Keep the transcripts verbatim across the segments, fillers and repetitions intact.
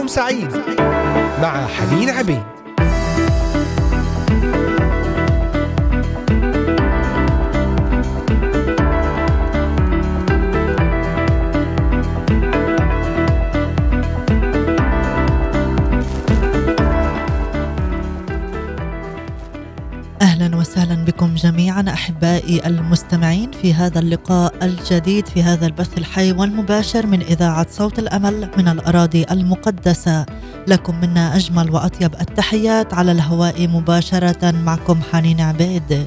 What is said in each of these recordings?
سعيد مع حنين عبيد. أهلا وسهلا بكم جميعا أحبائي المستمعين في هذا اللقاء الجديد في هذا البث الحي والمباشر من إذاعة صوت الأمل من الأراضي المقدسة. لكم منا أجمل وأطيب التحيات على الهواء مباشرة. معكم حنين عبيد.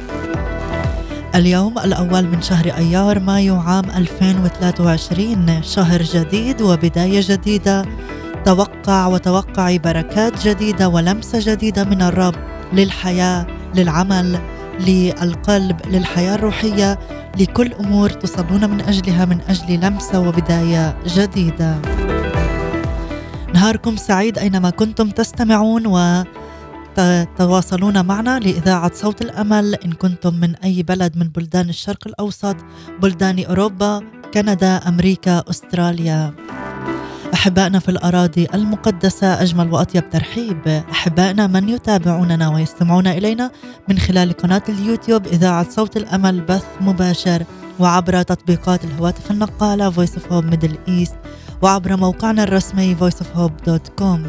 اليوم الأول من شهر أيار مايو عام ألفين وثلاثة وعشرين، شهر جديد وبداية جديدة. توقع وتوقعي بركات جديدة ولمسة جديدة من الرب للحياة، للعمل، للقلب، للحياة الروحية، لكل أمور تصلون من أجلها، من أجل لمسة وبداية جديدة. نهاركم سعيد أينما كنتم تستمعون وتتواصلون معنا لإذاعة صوت الأمل. إن كنتم من أي بلد من بلدان الشرق الأوسط، بلدان أوروبا، كندا، أمريكا، أستراليا. أحبائنا في الأراضي المقدسة، أجمل وأطيب ترحيب. أحبائنا من يتابعوننا ويستمعون إلينا من خلال قناة اليوتيوب إذاعة صوت الأمل بث مباشر، وعبر تطبيقات الهواتف النقالة Voice of Hope Middle East، وعبر موقعنا الرسمي voice of hope dot com.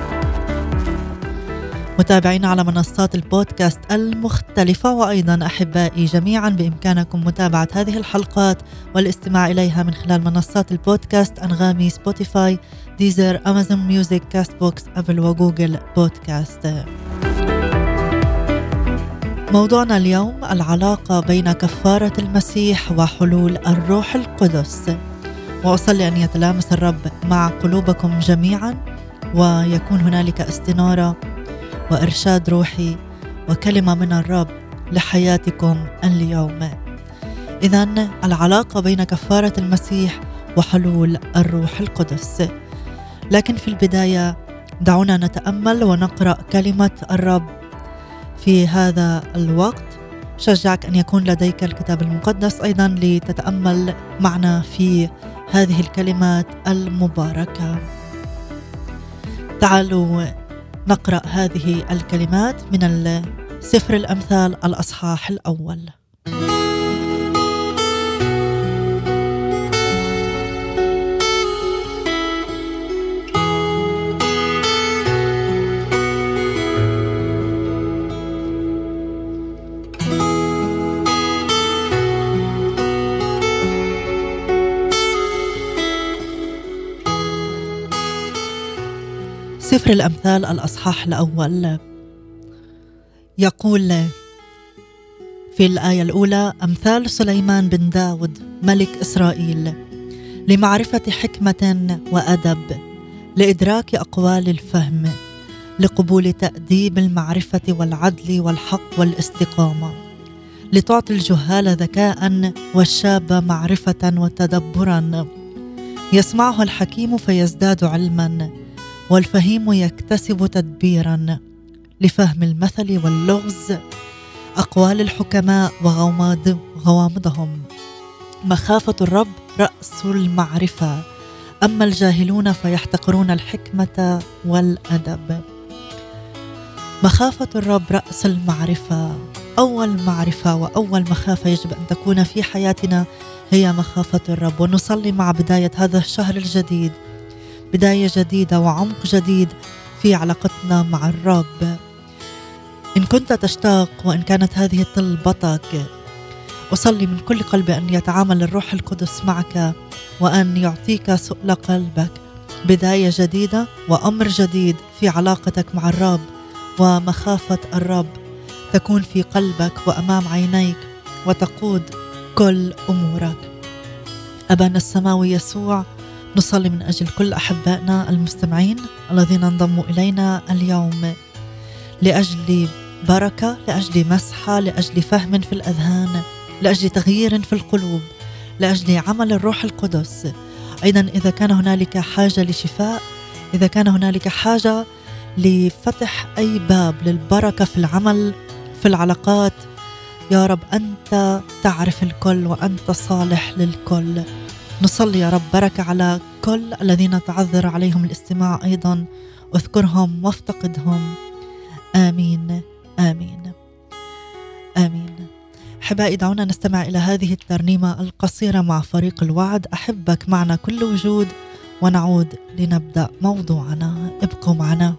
متابعين على منصات البودكاست المختلفة. وأيضا أحبائي جميعا بإمكانكم متابعة هذه الحلقات والاستماع إليها من خلال منصات البودكاست أنغامي، سبوتيفاي، ديزر، أمازون ميوزك، كاست بوكس، أبل وجوجل بودكاست. موضوعنا اليوم العلاقة بين كفارة المسيح وحلول الروح القدس. وأصلي أن يتلامس الرب مع قلوبكم جميعا، ويكون هنالك استنارة وإرشاد روحي وكلمة من الرب لحياتكم اليوم. إذن العلاقة بين كفارة المسيح وحلول الروح القدس. لكن في البداية دعونا نتأمل ونقرأ كلمة الرب في هذا الوقت. شجعك أن يكون لديك الكتاب المقدس أيضا لتتأمل معنا في هذه الكلمات المباركة. تعالوا نقرأ هذه الكلمات من سفر الأمثال الأصحاح الأول. سفر الأمثال الأصحاح الأول يقول في الآية الأولى: أمثال سليمان بن داود ملك إسرائيل، لمعرفة حكمة وأدب، لإدراك أقوال الفهم، لقبول تأديب المعرفة والعدل والحق والاستقامة، لتعطي الجهال ذكاء والشاب معرفة وتدبرا. يسمعه الحكيم فيزداد علما، والفهيم يكتسب تدبيرا، لفهم المثل واللغز، أقوال الحكماء وغوامض غوامضهم. مخافة الرب رأس المعرفة، أما الجاهلون فيحتقرون الحكمة والأدب. مخافة الرب رأس المعرفة. أول معرفة وأول مخافة يجب أن تكون في حياتنا هي مخافة الرب. ونصلي مع بداية هذا الشهر الجديد بداية جديدة وعمق جديد في علاقتنا مع الرب. إن كنت تشتاق وإن كانت هذه طلبتك، أصلي من كل قلبي أن يتعامل الروح القدس معك وأن يعطيك سؤل قلبك، بداية جديدة وأمر جديد في علاقتك مع الرب، ومخافة الرب تكون في قلبك وأمام عينيك وتقود كل أمورك. أبانا السماوي يسوع، نصلي من أجل كل أحبائنا المستمعين الذين انضموا إلينا اليوم، لأجل بركة، لأجل مسحة، لأجل فهم في الأذهان، لأجل تغيير في القلوب، لأجل عمل الروح القدس. أيضا إذا كان هنالك حاجة لشفاء، إذا كان هنالك حاجة لفتح أي باب للبركة في العمل، في العلاقات، يا رب أنت تعرف الكل وأنت صالح للكل. نصلي يا رب بركة على كل الذين تعذر عليهم الاستماع أيضا اذكرهم وافتقدهم. آمين آمين آمين. أحبائي دعونا نستمع إلى هذه الترنيمة القصيرة مع فريق الوعد. أحبك معنا كل وجود، ونعود لنبدأ موضوعنا. ابقوا معنا.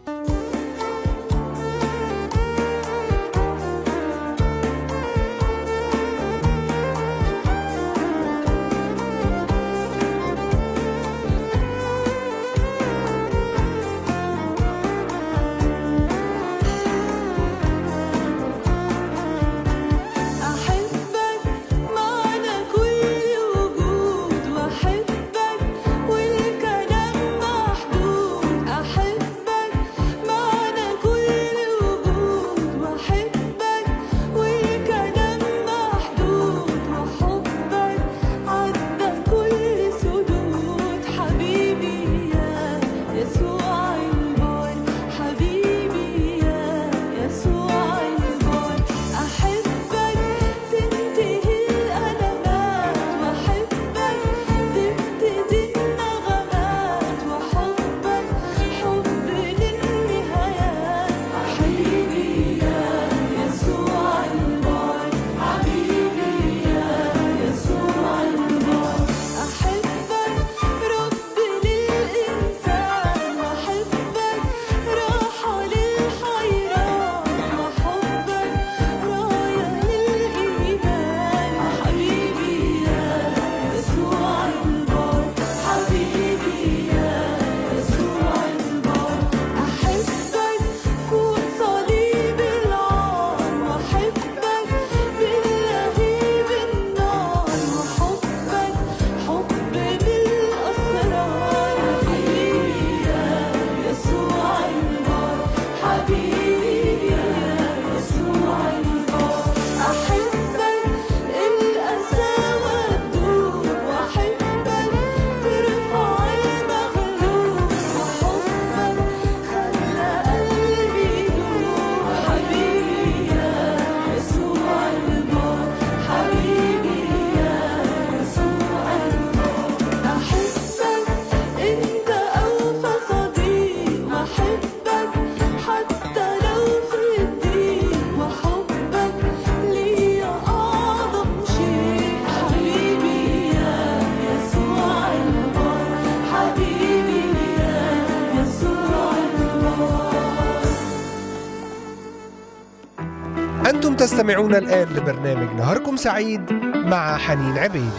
أنتم تستمعون الآن لبرنامج نهاركم سعيد مع حنين عبيد.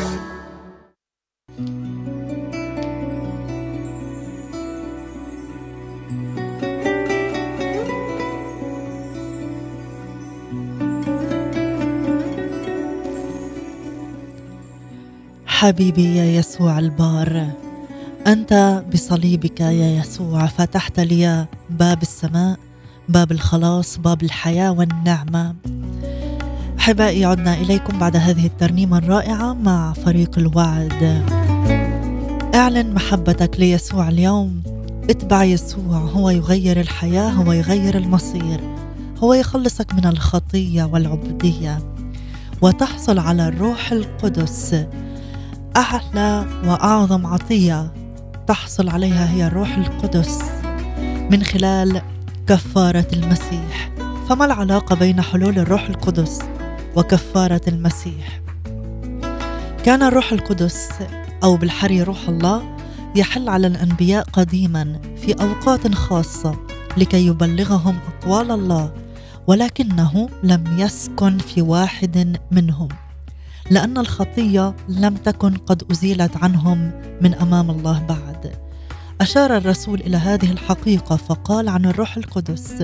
حبيبي يا يسوع البار، أنت بصليبك يا يسوع فتحت لي باب السماء، باب الخلاص، باب الحياة والنعمة. أحبائي عدنا إليكم بعد هذه الترنيمة الرائعة مع فريق الوعد. اعلن محبتك ليسوع اليوم. اتبع يسوع، هو يغير الحياة، هو يغير المصير، هو يخلصك من الخطية والعبودية وتحصل على الروح القدس. أحلى وأعظم عطية تحصل عليها هي الروح القدس من خلال كفارة المسيح. فما العلاقة بين حلول الروح القدس وكفارة المسيح؟ كان الروح القدس أو بالحري روح الله يحل على الأنبياء قديما في أوقات خاصة لكي يبلغهم أقوال الله، ولكنه لم يسكن في واحد منهم لأن الخطية لم تكن قد أزيلت عنهم من أمام الله بعد. أشار الرسول إلى هذه الحقيقة فقال عن الروح القدس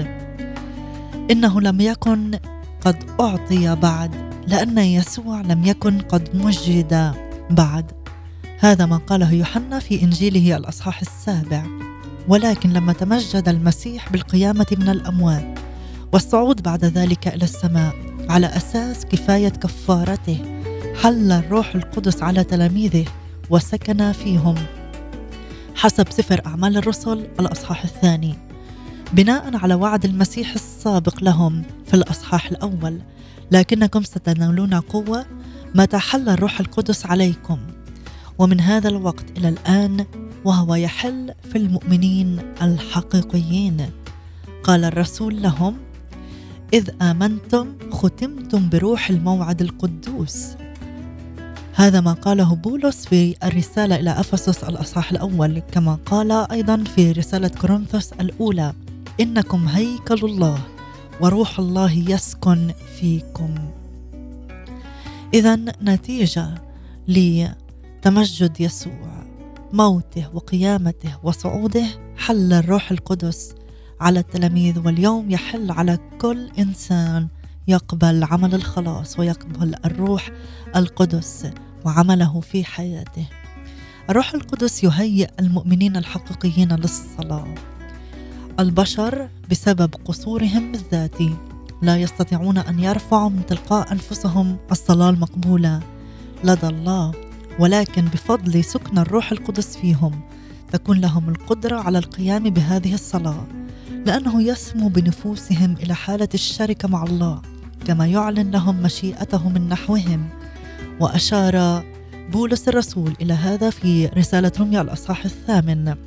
إنه لم يكن قد أعطي بعد، لأن يسوع لم يكن قد مجد بعد. هذا ما قاله يوحنا في إنجيله الأصحاح السابع. ولكن لما تمجد المسيح بالقيامة من الأموات والصعود بعد ذلك إلى السماء على أساس كفاية كفارته، حل الروح القدس على تلاميذه وسكن فيهم حسب سفر أعمال الرسل الأصحاح الثاني، بناء على وعد المسيح السابق لهم في الأصحاح الأول: لكنكم ستنالون قوة متى حل الروح القدس عليكم، ومن هذا الوقت إلى الآن وهو يحل في المؤمنين الحقيقيين. قال الرسول لهم: إذ آمنتم ختمتم بروح الموعد القدوس. هذا ما قاله بولس في الرسالة إلى أفسس الأصحاح الأول، كما قال أيضا في رسالة كورنثوس الأولى: إنكم هيكل الله وروح الله يسكن فيكم. إذن نتيجة لتمجد يسوع، موته وقيامته وصعوده، حل الروح القدس على التلاميذ، واليوم يحل على كل إنسان يقبل عمل الخلاص ويقبل الروح القدس وعمله في حياته. الروح القدس يهيئ المؤمنين الحقيقيين للصلاة. البشر بسبب قصورهم الذاتي لا يستطيعون أن يرفعوا من تلقاء أنفسهم الصلاة المقبولة لدى الله، ولكن بفضل سكن الروح القدس فيهم تكون لهم القدرة على القيام بهذه الصلاة، لأنه يسمو بنفوسهم إلى حالة الشركة مع الله كما يعلن لهم مشيئته من نحوهم. وأشار بولس الرسول إلى هذا في رسالة روميا الأصحاح الثامن،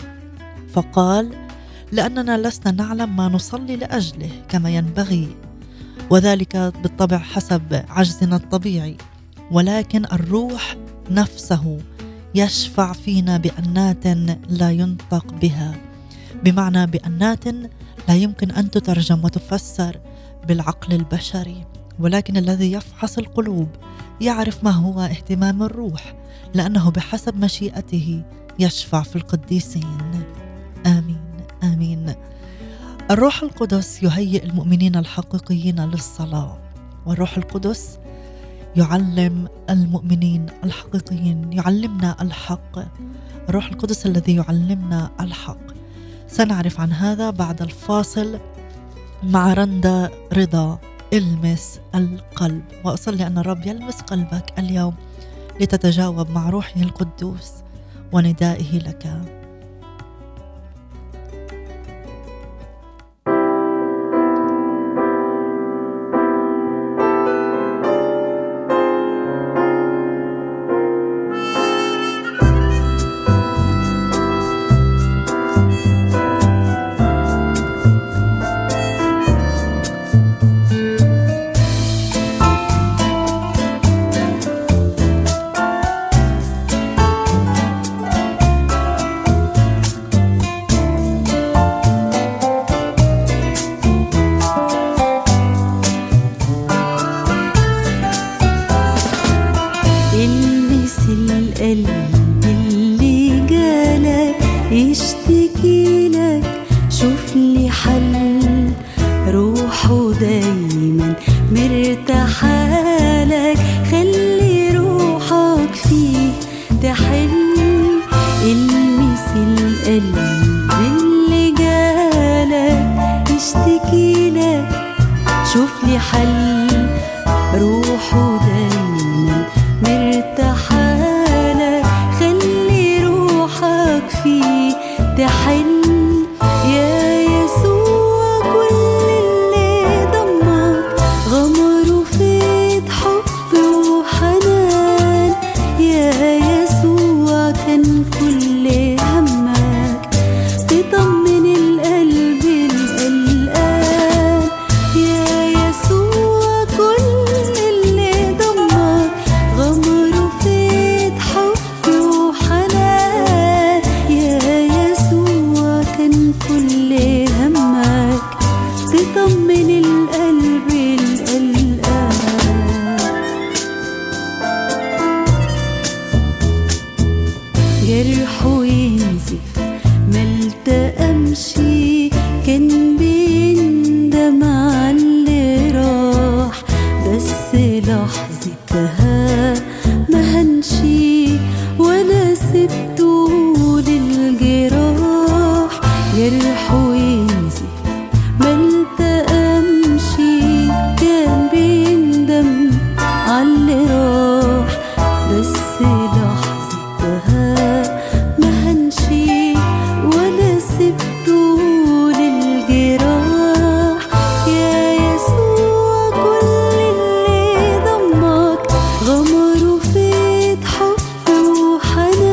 فقال: لأننا لسنا نعلم ما نصلي لأجله كما ينبغي، وذلك بالطبع حسب عجزنا الطبيعي، ولكن الروح نفسه يشفع فينا بأنات لا ينطق بها، بمعنى بأنات لا يمكن أن تترجم وتفسر بالعقل البشري، ولكن الذي يفحص القلوب يعرف ما هو اهتمام الروح، لأنه بحسب مشيئته يشفع في القديسين. آمين آمين. الروح القدس يهيئ المؤمنين الحقيقيين للصلاة، والروح القدس يعلم المؤمنين الحقيقيين، يعلمنا الحق. الروح القدس الذي يعلمنا الحق. سنعرف عن هذا بعد الفاصل مع رندا رضا. المس القلب. وأصلي أن الرب يلمس قلبك اليوم لتتجاوب مع روحه القدوس وندائه لك. غمر في حب وحنان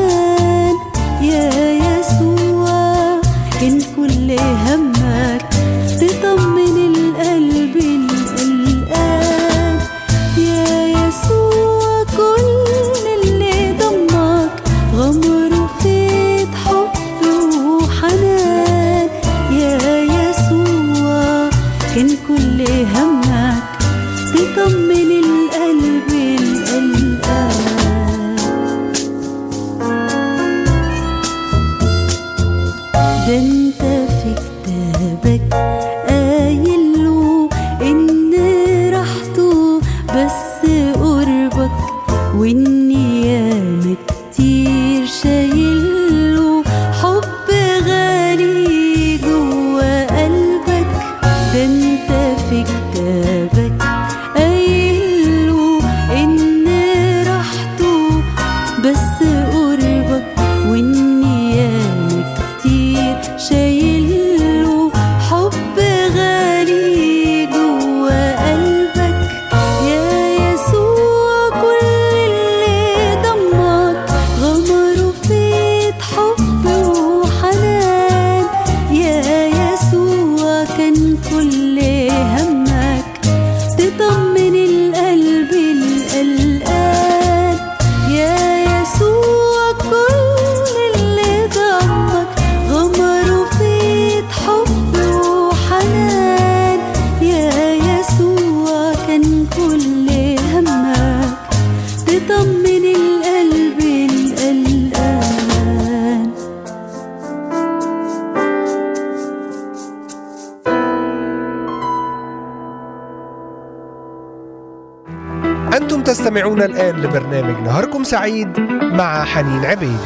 تستمعون الآن لبرنامج نهاركم سعيد مع حنين عبيد.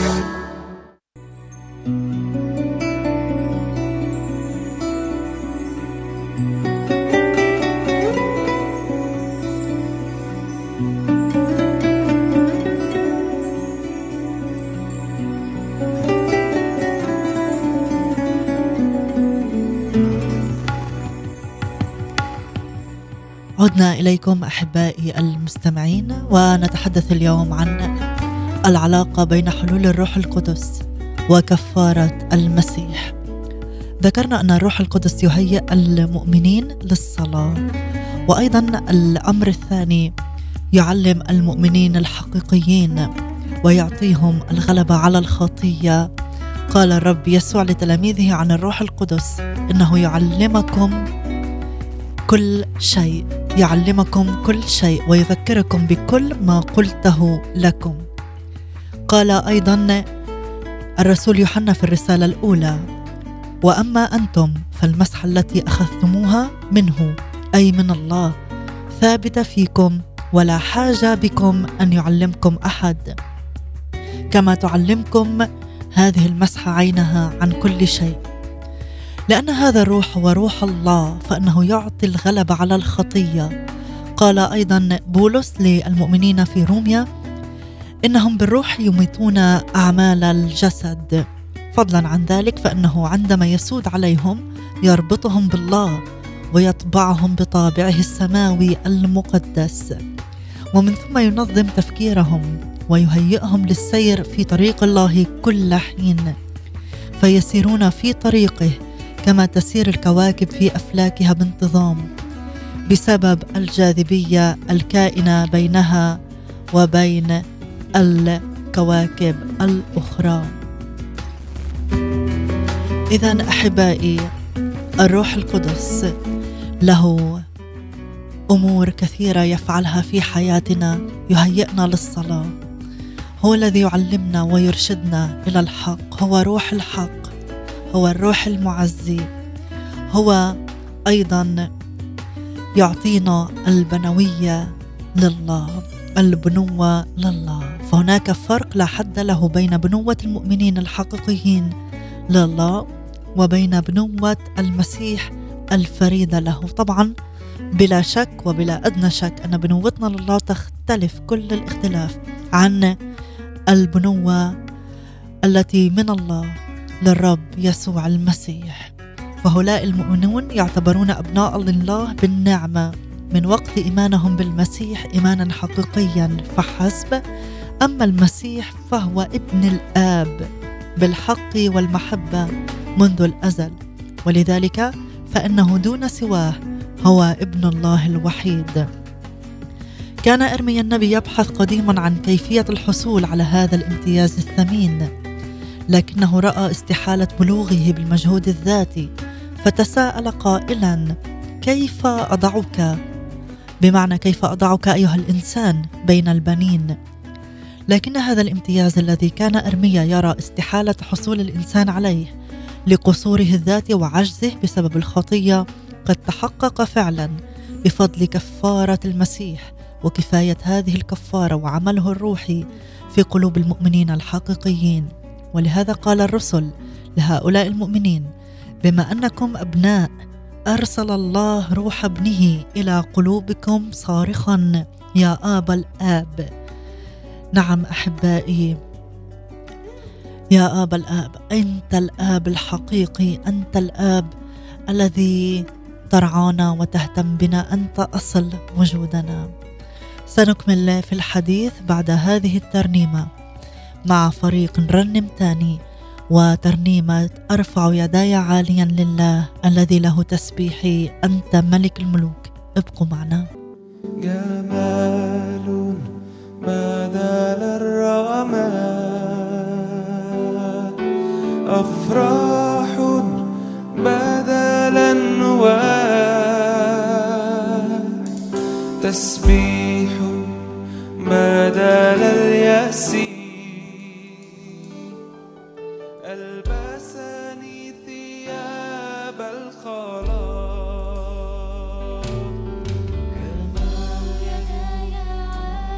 عدنا إليكم أحبائي المستمعين، ونتحدث اليوم عن العلاقة بين حلول الروح القدس وكفارة المسيح. ذكرنا أن الروح القدس يهيئ المؤمنين للصلاة، وأيضا الأمر الثاني يعلم المؤمنين الحقيقيين ويعطيهم الغلبة على الخطية. قال الرب يسوع لتلاميذه عن الروح القدس إنه يعلمكم كل شيء يعلمكم كل شيء ويذكركم بكل ما قلته لكم. قال أيضا الرسول يوحنا في الرسالة الأولى: وأما أنتم فالمسحة التي أخذتموها منه، أي من الله، ثابتة فيكم، ولا حاجة بكم أن يعلمكم أحد، كما تعلمكم هذه المسحة عينها عن كل شيء. لأن هذا الروح هو روح الله، فإنه يعطي الغلبة على الخطية. قال أيضا بولس للمؤمنين في روميا: إنهم بالروح يميتون أعمال الجسد، فضلا عن ذلك فإنه عندما يسود عليهم يربطهم بالله ويطبعهم بطابعه السماوي المقدس، ومن ثم ينظم تفكيرهم ويهيئهم للسير في طريق الله كل حين، فيسيرون في طريقه كما تسير الكواكب في أفلاكها بانتظام، بسبب الجاذبية الكائنة بينها وبين الكواكب الأخرى. إذن أحبائي، الروح القدس له أمور كثيرة يفعلها في حياتنا، يهيئنا للصلاة، هو الذي يعلمنا ويرشدنا إلى الحق، هو روح الحق، هو الروح المعزي، هو أيضا يعطينا البنوية لله، البنوة لله. فهناك فرق لا حد له بين بنوة المؤمنين الحقيقيين لله وبين بنوة المسيح الفريدة له. طبعا بلا شك وبلا أدنى شك أن بنوتنا لله تختلف كل الاختلاف عن البنوة التي من الله للرب يسوع المسيح. فهؤلاء المؤمنون يعتبرون أبناء الله بالنعمة من وقت إيمانهم بالمسيح إيمانا حقيقيا فحسب. أما المسيح فهو ابن الآب بالحق والمحبة منذ الأزل، ولذلك فإنه دون سواه هو ابن الله الوحيد. كان إرميا النبي يبحث قديما عن كيفية الحصول على هذا الامتياز الثمين، لكنه رأى استحالة بلوغه بالمجهود الذاتي، فتساءل قائلا: كيف أضعك؟ بمعنى كيف أضعك أيها الإنسان بين البنين؟ لكن هذا الامتياز الذي كان إرميا يرى استحالة حصول الإنسان عليه لقصوره الذاتي وعجزه بسبب الخطية قد تحقق فعلا بفضل كفارة المسيح وكفاية هذه الكفارة وعمله الروحي في قلوب المؤمنين الحقيقيين. ولهذا قال الرسل لهؤلاء المؤمنين: بما أنكم أبناء أرسل الله روح ابنه إلى قلوبكم صارخا يا آبا الآب. نعم أحبائي، يا آبا الآب، أنت الآب الحقيقي، أنت الآب الذي ترعانا وتهتم بنا، أنت أصل وجودنا. سنكمل في الحديث بعد هذه الترنيمة مع فريق نرنم تاني وترنيمة أرفع يداي عاليا لله الذي له تسبيحي، أنت ملك الملوك. ابقوا معنا. جمال بدل الرماد، أفراح بدل النواد، تسبيح بدل اليأس، ألبسني ثياب الخلاص.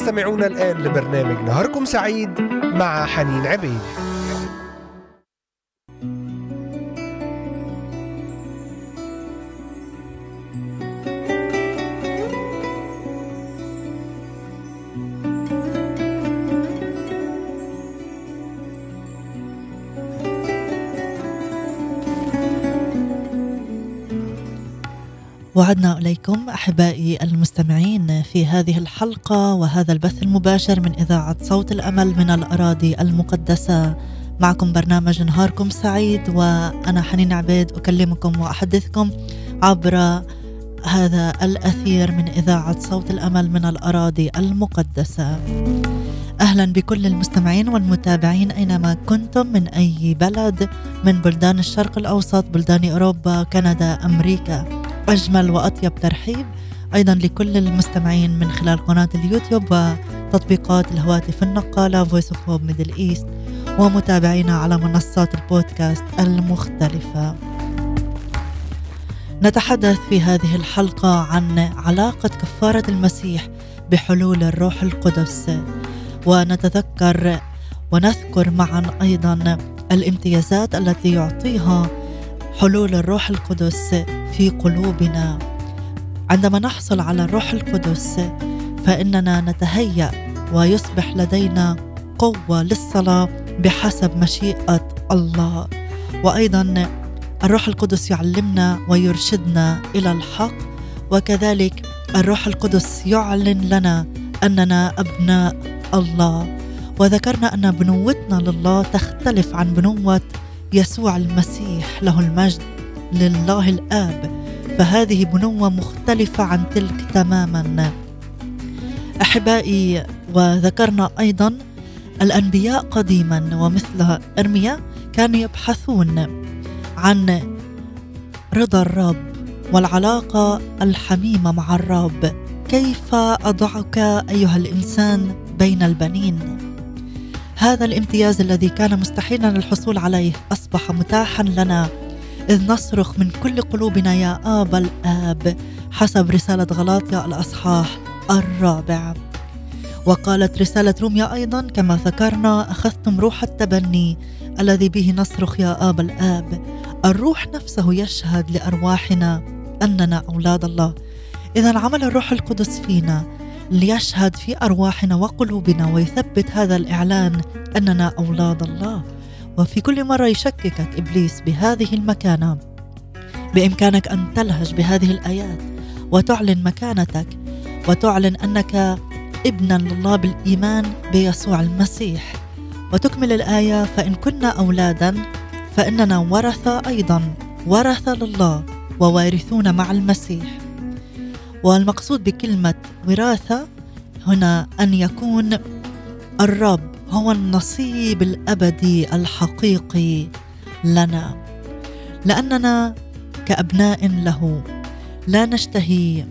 تستمعون الآن لبرنامج نهاركم سعيد مع حنين عبيد. وعدنا إليكم أحبائي المستمعين في هذه الحلقة وهذا البث المباشر من إذاعة صوت الأمل من الأراضي المقدسة. معكم برنامج نهاركم سعيد، وأنا حنين عبيد أكلمكم وأحدثكم عبر هذا الأثير من إذاعة صوت الأمل من الأراضي المقدسة. أهلا بكل المستمعين والمتابعين أينما كنتم من أي بلد من بلدان الشرق الأوسط، بلدان أوروبا، كندا، أمريكا. أجمل وأطيب ترحيب أيضا لكل المستمعين من خلال قناة اليوتيوب وتطبيقات الهواتف النقالة Voice of Hope Middle East، ومتابعينا على منصات البودكاست المختلفة. نتحدث في هذه الحلقة عن علاقة كفارة المسيح بحلول الروح القدس، ونتذكر ونذكر معا أيضا الامتيازات التي يعطيها حلول الروح القدس في قلوبنا. عندما نحصل على الروح القدس فإننا نتهيأ ويصبح لدينا قوة للصلاة بحسب مشيئة الله، وأيضا الروح القدس يعلمنا ويرشدنا إلى الحق، وكذلك الروح القدس يعلن لنا أننا أبناء الله. وذكرنا أن بنوتنا لله تختلف عن بنوة يسوع المسيح له المجد لله الآب، فهذه بنوة مختلفة عن تلك تماما أحبائي. وذكرنا أيضا الأنبياء قديما ومثل إرميا كانوا يبحثون عن رضا الرب والعلاقة الحميمة مع الرب. كيف أضعك أيها الإنسان بين البنين؟ هذا الامتياز الذي كان مستحيلا الحصول عليه أصبح متاحا لنا إذ نصرخ من كل قلوبنا يا آبا الآب، حسب رسالة غلاطيا الأصحاح الرابع. وقالت رسالة روميا أيضا كما ذكرنا: أخذتم روح التبني الذي به نصرخ يا آبا الآب. الروح نفسه يشهد لأرواحنا أننا أولاد الله. إذن عمل الروح القدس فينا ليشهد في أرواحنا وقلوبنا ويثبت هذا الإعلان أننا أولاد الله. وفي كل مرة يشككك إبليس بهذه المكانة بإمكانك أن تلهج بهذه الآيات وتعلن مكانتك وتعلن أنك ابنا لله بالإيمان بيسوع المسيح، وتكمل الآية: فإن كنا أولادا فإننا ورثة أيضا، ورثة لله ووارثون مع المسيح. والمقصود بكلمة وراثة هنا أن يكون الرب هو النصيب الأبدي الحقيقي لنا، لأننا كأبناء له لا نشتهي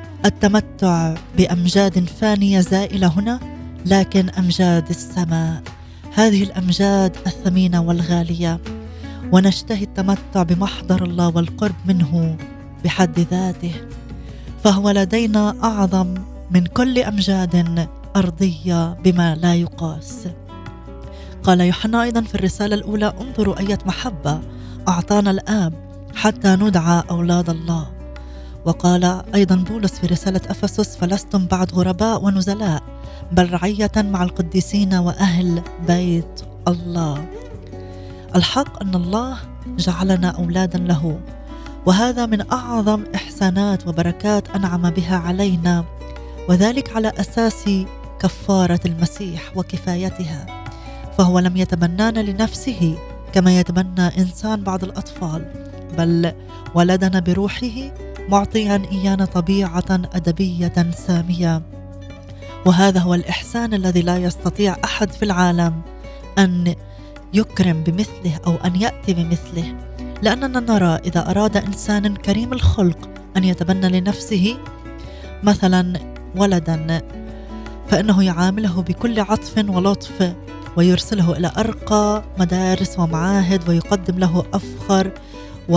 التمتع بأمجاد فانية زائلة هنا، لكن أمجاد السماء، هذه الأمجاد الثمينة والغالية، ونشتهي التمتع بمحضر الله والقرب منه بحد ذاته، فهو لدينا أعظم من كل أمجاد أرضية بما لا يقاس. قال يوحنا أيضا في الرسالة الأولى: انظروا أية محبة أعطانا الآب حتى ندعى أولاد الله. وقال أيضا بولس في رسالة أفسس: فلستم بعد غرباء ونزلاء بل رعية مع القديسين وأهل بيت الله. الحق أن الله جعلنا أولادا له، وهذا من أعظم إحسانات وبركات أنعم بها علينا، وذلك على أساس كفارة المسيح وكفايتها. فهو لم يتبنانا لنفسه كما يتبنى إنسان بعض الأطفال، بل ولدنا بروحه معطيا إيانا طبيعة أدبية سامية. وهذا هو الإحسان الذي لا يستطيع أحد في العالم أن يكرم بمثله أو أن يأتي بمثله، لأننا نرى إذا أراد إنسان كريم الخلق أن يتبنى لنفسه مثلا ولدا، فإنه يعامله بكل عطف ولطف ويرسله إلى أرقى مدارس ومعاهد ويقدم له أفخر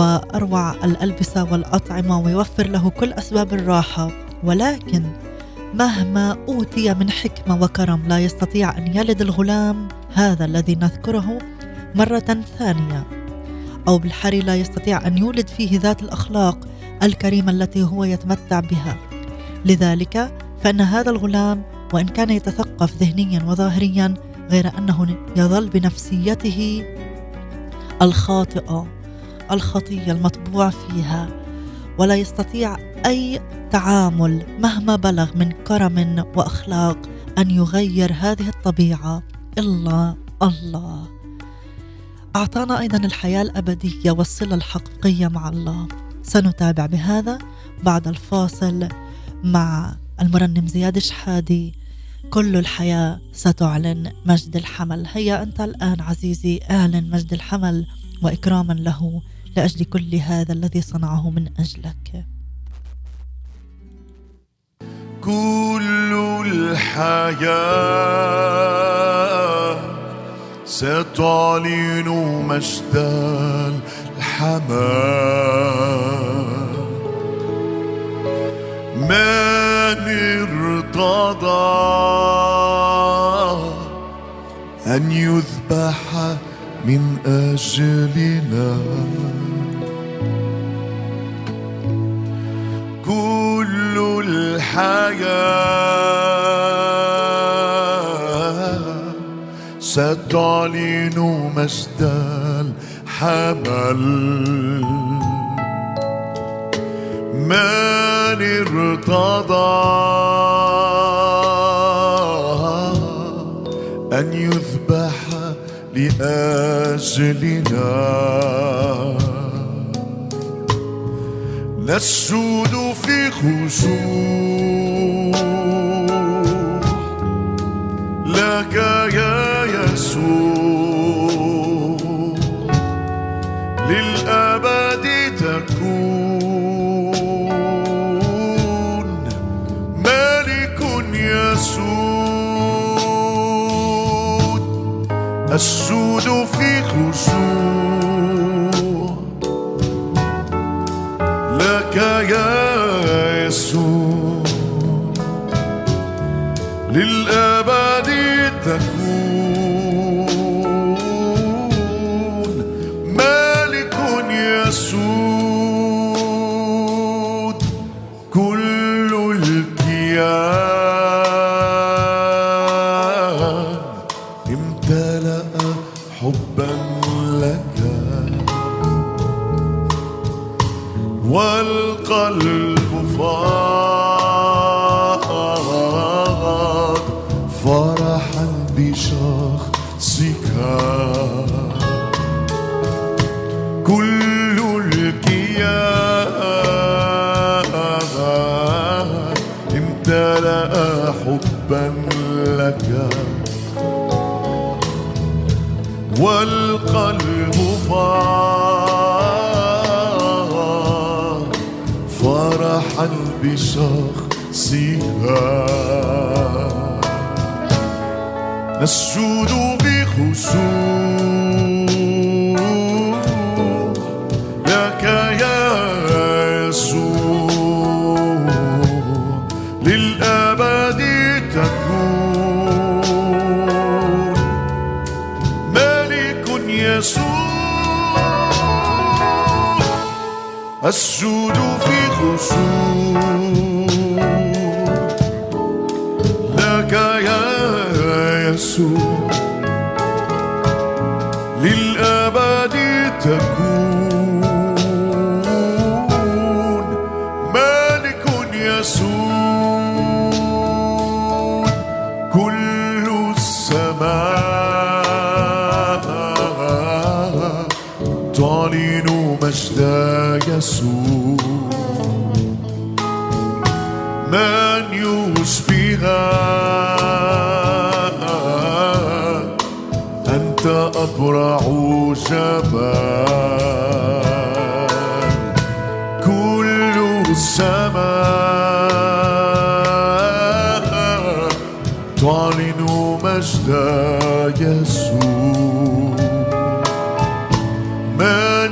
وأروع الألبسة والأطعمة ويوفر له كل أسباب الراحة. ولكن مهما أوتي من حكمة وكرم لا يستطيع أن يلد الغلام هذا الذي نذكره مرة ثانية، أو بالحري لا يستطيع أن يولد فيه ذات الأخلاق الكريمة التي هو يتمتع بها. لذلك فإن هذا الغلام وإن كان يتثقف ذهنيا وظاهريا، غير أنه يظل بنفسيته الخاطئة الخطية المطبوع فيها، ولا يستطيع أي تعامل مهما بلغ من كرم وأخلاق أن يغير هذه الطبيعة إلا الله. أعطانا أيضا الحياة الأبدية والصلة الحقيقية مع الله. سنتابع بهذا بعد الفاصل مع المرنم زياد شحادي. كل الحياة ستعلن مجد الحمل. هيا أنت الآن عزيزي أعلن مجد الحمل وإكراما له لأجل كل هذا الذي صنعه من أجلك. كل الحياة ستعلن مجد الحمل. من ارتضى أن يذبح من أجلنا، كل الحياة ستعلن مجد الحمل. من ارتضى أن يذبح لأجلنا، نسجد في خشوع لك يا يسوع، للأبد تكون ملك يسود. أسجد في خشوع لك يا يسوع، للأبد تكون ملك يسود. كل الكيان امتلأ حبا لك، والقلب فاض فرحا بشخصك. كل الكيان امتلأ حبا لك، والقلب فاض فرحا بشخصها. نسجد بخشوع لك يا يسوع، للأبد تكون ملك يسوع. أسجد في خشوع لك يا يسوع، للأبد تكون ملك يسوع. كل السماء تعلن مجد يسوع. من يشبهك؟ أنت أبرع جمال. كل السماء تعلن مجد يسوع. من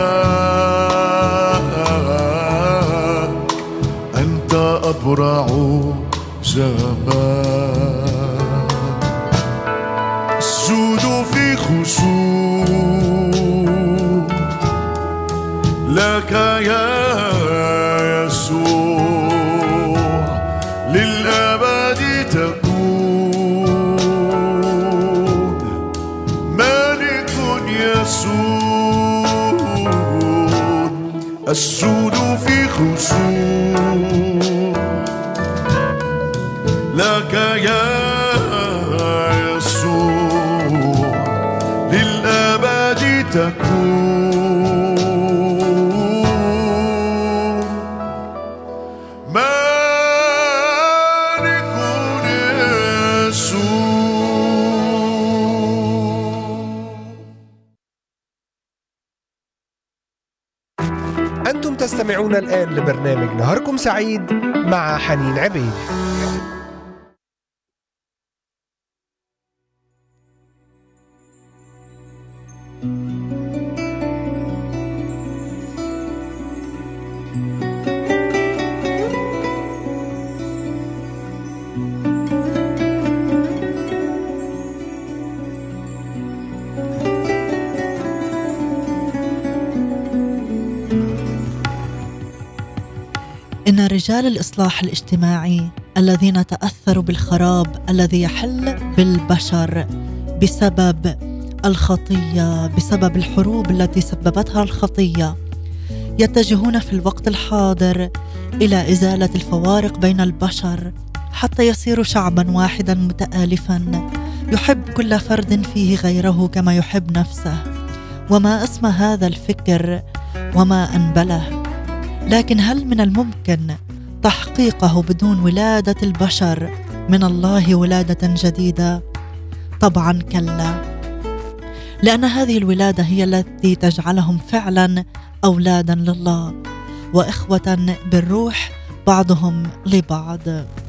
يشبهك؟ أنت أبرع جمال. السود في خشوع لك يا يسوع، للأبد تكون ملك يسود. السود في خشوع لك يا يسوع، للأبد تكون مالك يسوع. أنتم تستمعون الآن لبرنامج نهاركم سعيد مع حنين عبيد. إن رجال الإصلاح الاجتماعي الذين تأثروا بالخراب الذي يحل بالبشر بسبب الخطية، بسبب الحروب التي سببتها الخطية، يتجهون في الوقت الحاضر إلى إزالة الفوارق بين البشر حتى يصيروا شعبا واحدا متآلفا يحب كل فرد فيه غيره كما يحب نفسه. وما اسم هذا الفكر وما أنبله. لكن هل من الممكن تحقيقه بدون ولادة البشر من الله ولادة جديدة؟ طبعا كلا، لأن هذه الولادة هي التي تجعلهم فعلا أولادا لله وإخوة بالروح بعضهم لبعض.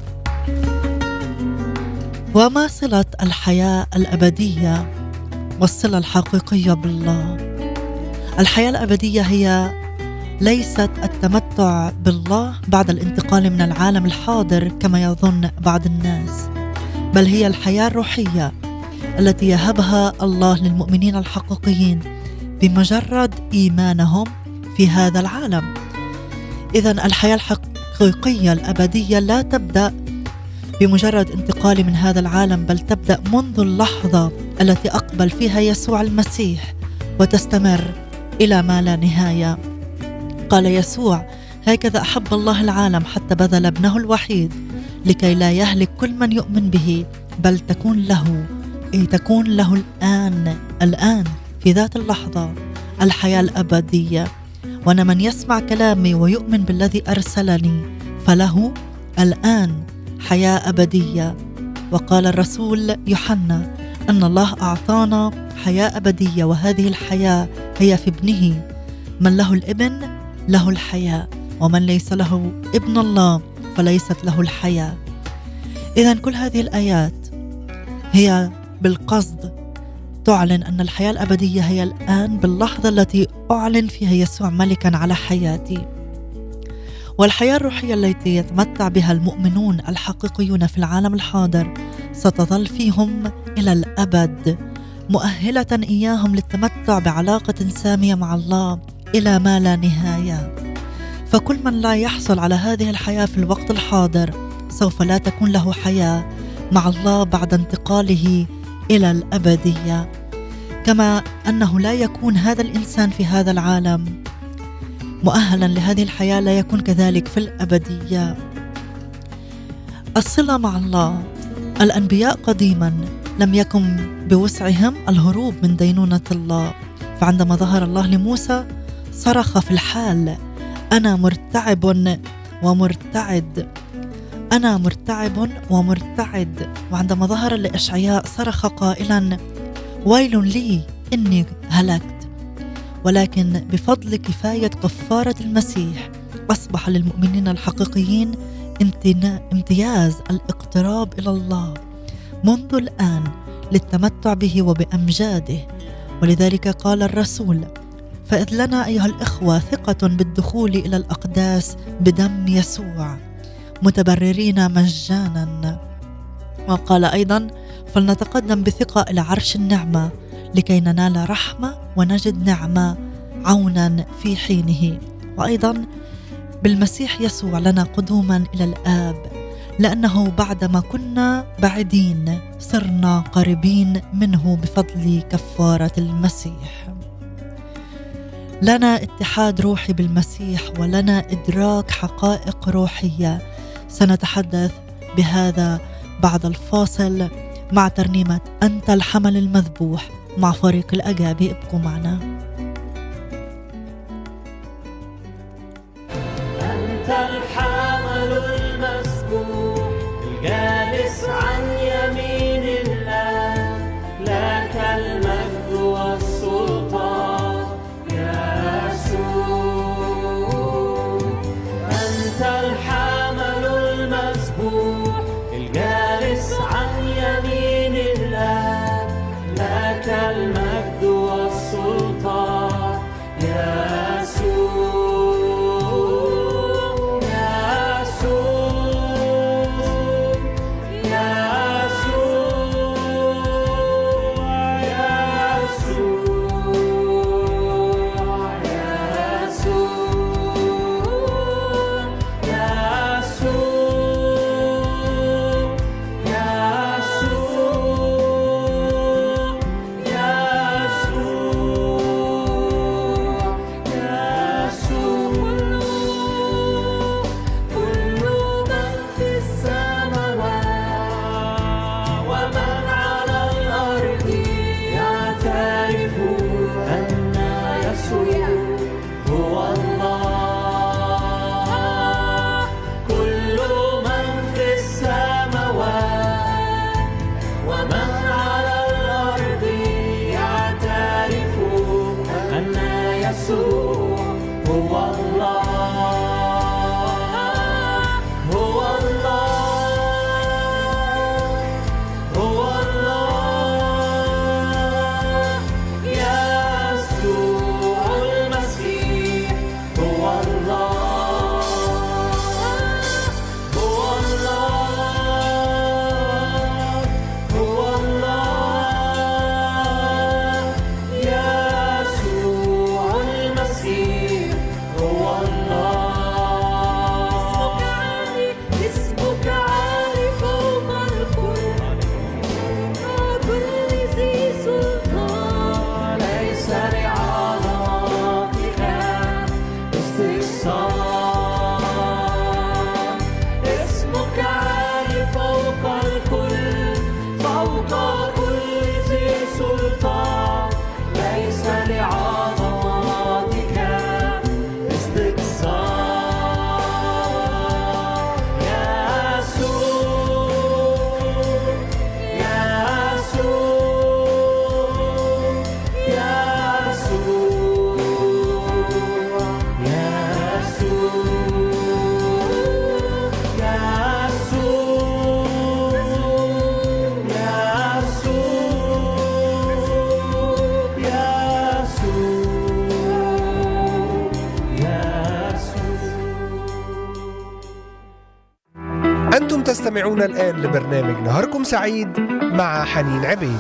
وما صلة الحياة الأبدية والصلة الحقيقية بالله؟ الحياة الأبدية هي ليست التمتع بالله بعد الانتقال من العالم الحاضر كما يظن بعض الناس، بل هي الحياة الروحية التي يهبها الله للمؤمنين الحقيقيين بمجرد إيمانهم في هذا العالم. إذن الحياة الحقيقية الأبدية لا تبدأ بمجرد انتقال من هذا العالم، بل تبدأ منذ اللحظة التي أقبل فيها يسوع المسيح وتستمر إلى ما لا نهاية. قال يسوع: هكذا أحب الله العالم حتى بذل ابنه الوحيد لكي لا يهلك كل من يؤمن به، بل تكون له أي تكون له الآن الآن في ذات اللحظة الحياة الأبدية. وأنا من يسمع كلامي ويؤمن بالذي أرسلني فله الآن حياة أبدية. وقال الرسول يوحنا أن الله أعطانا حياة أبدية، وهذه الحياة هي في ابنه. من له الابن له الحياة، ومن ليس له ابن الله فليست له الحياة. إذن كل هذه الآيات هي بالقصد تعلن أن الحياة الأبدية هي الآن باللحظة التي أعلن فيها يسوع ملكا على حياتي. والحياة الروحية التي يتمتع بها المؤمنون الحقيقيون في العالم الحاضر ستظل فيهم إلى الأبد، مؤهلة إياهم للتمتع بعلاقة سامية مع الله إلى ما لا نهاية. فكل من لا يحصل على هذه الحياة في الوقت الحاضر سوف لا تكون له حياة مع الله بعد انتقاله إلى الأبدية، كما أنه لا يكون هذا الإنسان في هذا العالم مؤهلا لهذه الحياة، لا يكون كذلك في الأبدية. الصلة مع الله. الأنبياء قديما لم يكن بوسعهم الهروب من دينونة الله، فعندما ظهر الله لموسى صرخ في الحال: أنا مرتعب ومرتعد، أنا مرتعب ومرتعد. وعندما ظهر لإشعياء صرخ قائلا: ويل لي إني هلكت. ولكن بفضل كفاية كفارة المسيح أصبح للمؤمنين الحقيقيين امتياز الاقتراب إلى الله منذ الآن للتمتع به وبأمجاده. ولذلك قال الرسول: فإذ لنا أيها الإخوة ثقة بالدخول إلى الأقداس بدم يسوع متبررين مجانا. وقال أيضا: فلنتقدم بثقة إلى عرش النعمة لكي ننال رحمة ونجد نعمة عونا في حينه. وأيضا بالمسيح يسوع لنا قدوما إلى الآب، لأنه بعدما كنا بعيدين صرنا قريبين منه بفضل كفارة المسيح. لنا اتحاد روحي بالمسيح ولنا إدراك حقائق روحية. سنتحدث بهذا بعد الفاصل مع ترنيمة أنت الحمل المذبوح مع فريق الأجابي. ابقوا معنا. أنت الحمل المذبوح الجالس عن يمين الله، لك المجد والسلطان يا يسوع. أنت الحمل المذبوح الجالس عن يمين الله، لك المجد والسلطان يا يسوع. أنتم تستمعون الآن لبرنامج نهاركم سعيد مع حنين عبيد.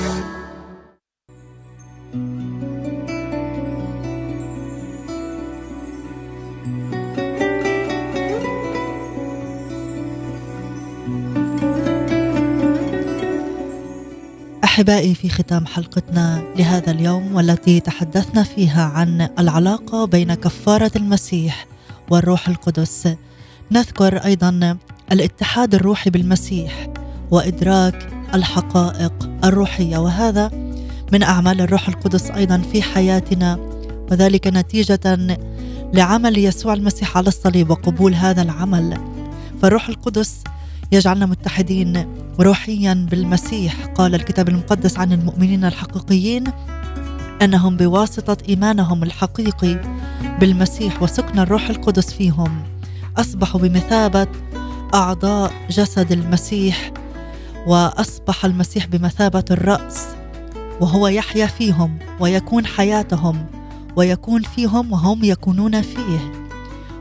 أحبائي، في ختام حلقتنا لهذا اليوم والتي تحدثنا فيها عن العلاقة بين كفارة المسيح والروح القدس، نذكر أيضا الاتحاد الروحي بالمسيح وإدراك الحقائق الروحية، وهذا من أعمال الروح القدس أيضا في حياتنا، وذلك نتيجة لعمل يسوع المسيح على الصليب وقبول هذا العمل. فالروح القدس يجعلنا متحدين روحيا بالمسيح. قال الكتاب المقدس عن المؤمنين الحقيقيين أنهم بواسطة إيمانهم الحقيقي بالمسيح وسكن الروح القدس فيهم أصبحوا بمثابة أعضاء جسد المسيح، وأصبح المسيح بمثابة الرأس، وهو يحيا فيهم ويكون حياتهم ويكون فيهم وهم يكونون فيه.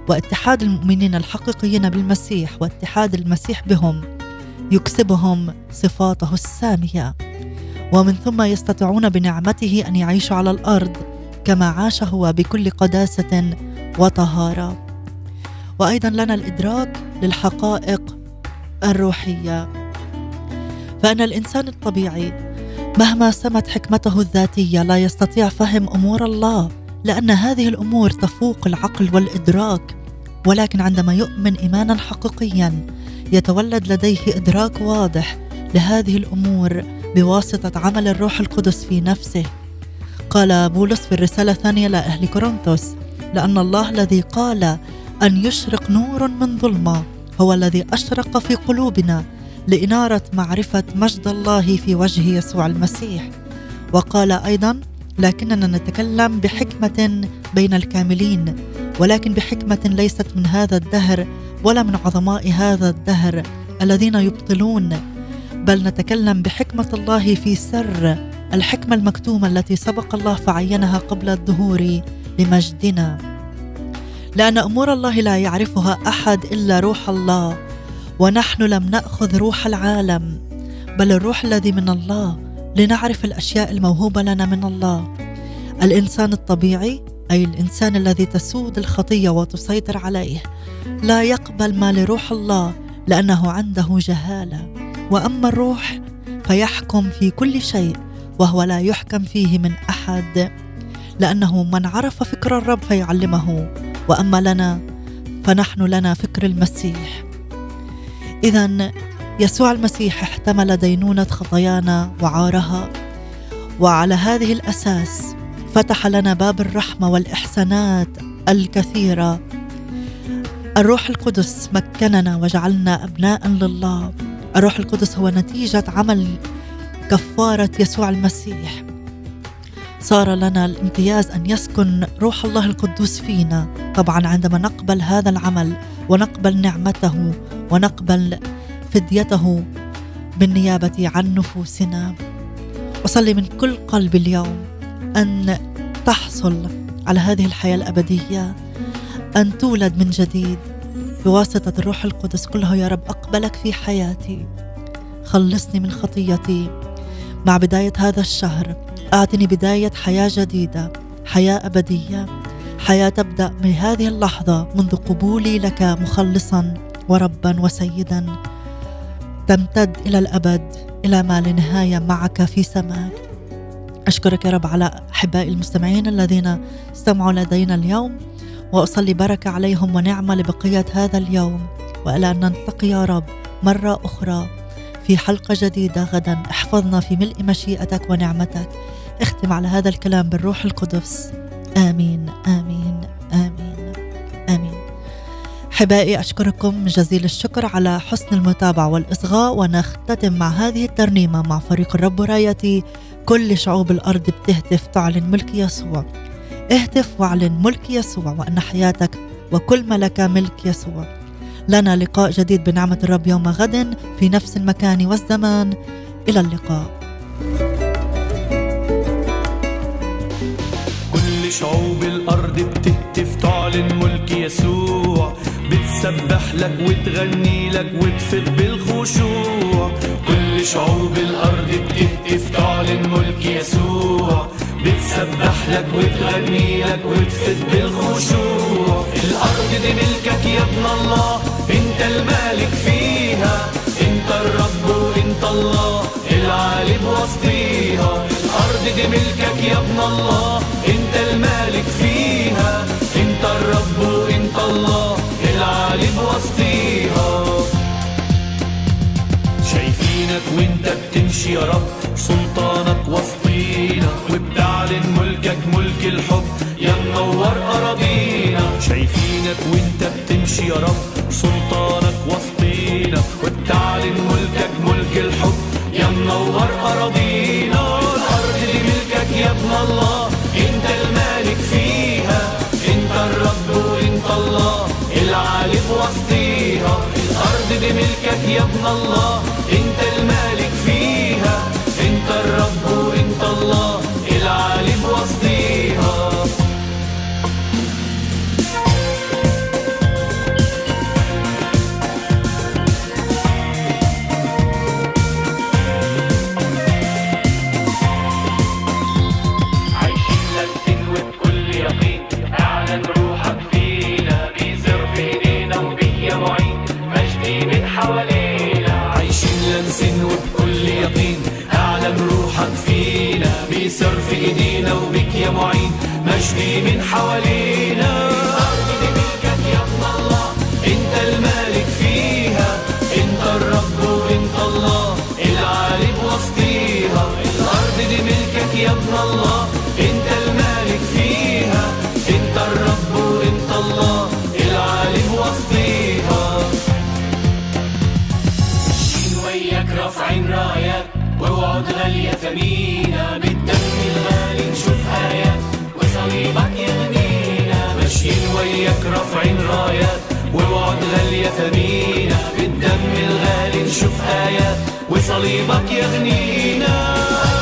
واتحاد المؤمنين الحقيقيين بالمسيح واتحاد المسيح بهم يكسبهم صفاته السامية، ومن ثم يستطيعون بنعمته أن يعيشوا على الأرض كما عاش هو بكل قداسة وطهارة. وأيضا لنا الإدراك للحقائق الروحية، فإن الإنسان الطبيعي مهما سمت حكمته الذاتية لا يستطيع فهم أمور الله، لأن هذه الأمور تفوق العقل والإدراك. ولكن عندما يؤمن إيمانا حقيقيا يتولد لديه إدراك واضح لهذه الأمور بواسطة عمل الروح القدس في نفسه. قال بولس في الرسالة الثانية لأهل كورنثوس: لأن الله الذي قال أن يشرق نور من ظلمة هو الذي أشرق في قلوبنا لإنارة معرفة مجد الله في وجه يسوع المسيح. وقال أيضا: لكننا نتكلم بحكمة بين الكاملين، ولكن بحكمة ليست من هذا الدهر ولا من عظماء هذا الدهر الذين يبطلون، بل نتكلم بحكمة الله في سر الحكمة المكتومة التي سبق الله فعينها قبل الدهور لمجدنا. لأن أمور الله لا يعرفها أحد إلا روح الله، ونحن لم نأخذ روح العالم بل الروح الذي من الله لنعرف الأشياء الموهوبة لنا من الله. الإنسان الطبيعي، أي الإنسان الذي تسود الخطية وتسيطر عليه، لا يقبل ما لروح الله لأنه عنده جهالة. وأما الروح فيحكم في كل شيء، وهو لا يحكم فيه من أحد، لأنه من عرف فكر الرب فيعلمه. وأما لنا فنحن لنا فكر المسيح. إذن يسوع المسيح احتمل دينونة خطايانا وعارها، وعلى هذه الأساس فتح لنا باب الرحمة والإحسانات الكثيرة. الروح القدس مكننا وجعلنا أبناء لله. الروح القدس هو نتيجة عمل كفارة يسوع المسيح. صار لنا الامتياز أن يسكن روح الله القدوس فينا، طبعا عندما نقبل هذا العمل ونقبل نعمته ونقبل فديته بالنيابة عن نفوسنا. أصلي من كل قلبي اليوم أن تحصل على هذه الحياة الأبدية، أن تولد من جديد بواسطة الروح القدس. كله يا رب أقبلك في حياتي، خلصني من خطيتي. مع بداية هذا الشهر أعطني بداية حياة جديدة، حياة أبدية، حياة تبدأ من هذه اللحظة منذ قبولي لك مخلصا وربا وسيدا، تمتد إلى الأبد إلى ما لا نهاية معك في سماك. أشكرك يا رب على أحبائي المستمعين الذين استمعوا لدينا اليوم، وأصلي بركة عليهم ونعمة لبقية هذا اليوم، وإلى أن نلتقي يا رب مرة أخرى في حلقة جديدة غدا. احفظنا في ملء مشيئتك ونعمتك. اختم على هذا الكلام بالروح القدس. آمين آمين آمين آمين. أحبائي أشكركم جزيل الشكر على حسن المتابعة والإصغاء، ونختتم مع هذه الترنيمة مع فريق الرب رايتي. كل شعوب الأرض بتهتف تعلن ملك يسوع. اهتف واعلن ملك يسوع، وأن حياتك وكل ما لك ملك يسوع. لنا لقاء جديد بنعمة الرب يوم غد في نفس المكان والزمان. إلى اللقاء. كل شعوب الأرض بتهتف تعلن ملك يسوع، بتسبح لك وتغني لك وتفت بالخشوع. كل شعوب الأرض بتهتف تعلن ملك يسوع، بتسبح لك وتغني لك وتفت بالخشوع. الأرض دي ملكك يا ابن الله، انت المالك فيها، انت الرب وانت الله العالي بوسطيها. الأرض دي ملكك يا ابن الله، انت المالك فيها، انت الرب وانت الله العالي بوسطيها. شايفينك وانت بتمشي يا رب، سلطانك وسطينا، وبتعلن ملكك ملك الحب يا منور أراضينا. شايفينك وانت بتمشي يا رب، سلطانك وسطينا، وبتعلن ملكك ملك الحب يا منور أراضينا. الأرض دي ملكك يا ابن الله، انت المالك فيها، انت الرب وانت الله العالي بوسطيها. الأرض دي ملكك يا ابن الله، انت المالك فيها، انت الرب وانت الله العالي بوسطيها. يسر في ايدينا وبك يا معين مجدي من حوالينا. الأرض دي ملكك يا ابن الله، انت المالك فيها، انت الرب وانت الله العالي بوسطيها. الأرض دي ملكك يا ابن الله، انت المالك فيها، انت الرب وانت الله العالي بوسطيها. ماشيين وياك رافعين رايات ووعود غالية ثمينة، بالدم الغالي نشوف آيات وصليبك يغنينا. ماشيين وياك رافعين رايات ووعود غالية ثمينة، بالدم الغالي نشوف آيات وصليبك يغنينا.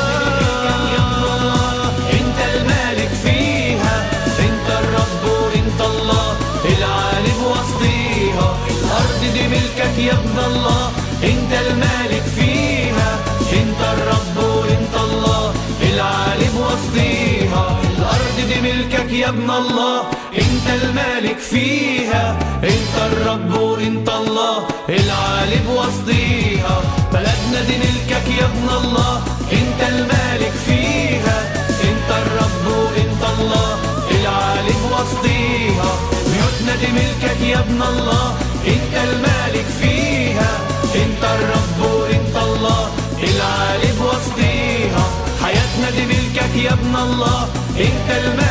انت المالك فيها، انت الرب وانت الله العالي بوسطيها. الأرض دي ملكك يا ابن الله، انت المالك فيها، انت الرب وانت الله العالي بوسطيها. الأرض دي ملكك يا ابن الله، انت المالك فيها، انت الرب وانت الله العالي بوسطيها. بلدنا دي ملكك يا ابن الله، انت المالك فيها، انت الرب وانت الله العالي بوسطيها. بيوتنا دي ملكك يا ابن الله، انت المالك فيها، انت الرب وانت الله العالي بوسطيها. حياتنا دي ملكك يا ابن الله، انت المالك